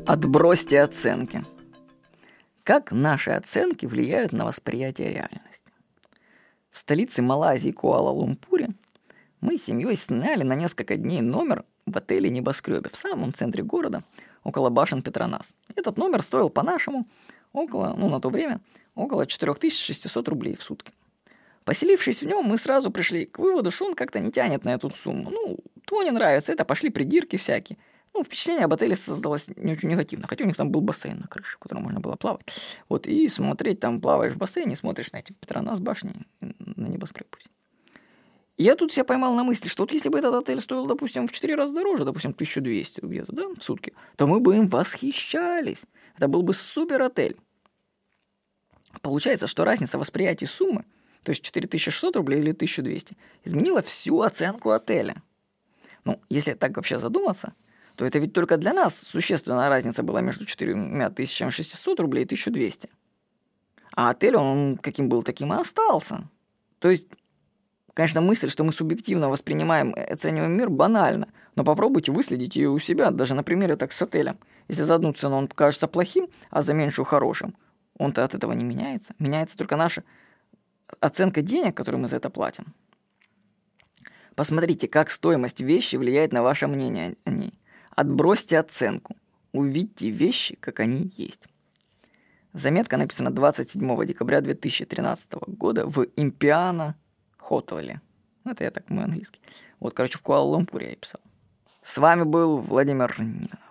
Отбросьте оценки. Как наши оценки влияют на восприятие реальности? В столице Малайзии Куала-Лумпуре мы с семьей сняли на несколько дней номер в отеле-небоскребе в самом центре города, около башен Петронас. Этот номер стоил по-нашему на то время, около 4600 рублей в сутки. Поселившись в нем, мы сразу пришли к выводу, что он как-то не тянет на эту сумму. То не нравится, это пошли придирки всякие. Впечатление об отеле создалось не очень негативно, хотя у них там был бассейн на крыше, в котором можно было плавать. И смотреть, там плаваешь в бассейне, смотришь на эти Петронас башни, на небоскреб. И я тут себя поймал на мысли, что если бы этот отель стоил, допустим, в 4 раза дороже, допустим, 1200 где-то, да, в сутки, то мы бы им восхищались. Это был бы супер отель. Получается, что разница восприятия суммы, то есть 4600 рублей или 1200, изменила всю оценку отеля. Если так вообще задуматься, то это ведь только для нас существенная разница была между 4600 рублей и 1200. А отель, он каким был, таким и остался. То есть, конечно, мысль, что мы субъективно воспринимаем и оцениваем мир, банальна. Но попробуйте выследить ее у себя, даже на примере так с отелем. Если за одну цену он кажется плохим, а за меньшую хорошим, он-то от этого не меняется. Меняется только наша оценка денег, которые мы за это платим. Посмотрите, как стоимость вещи влияет на ваше мнение о ней. Отбросьте оценку. Увидьте вещи, как они есть. Заметка написана 27 декабря 2013 года в Импиано Хотеле. Это я так мой английский. В Куала-Лумпуре я писал. С вами был Владимир Никонов.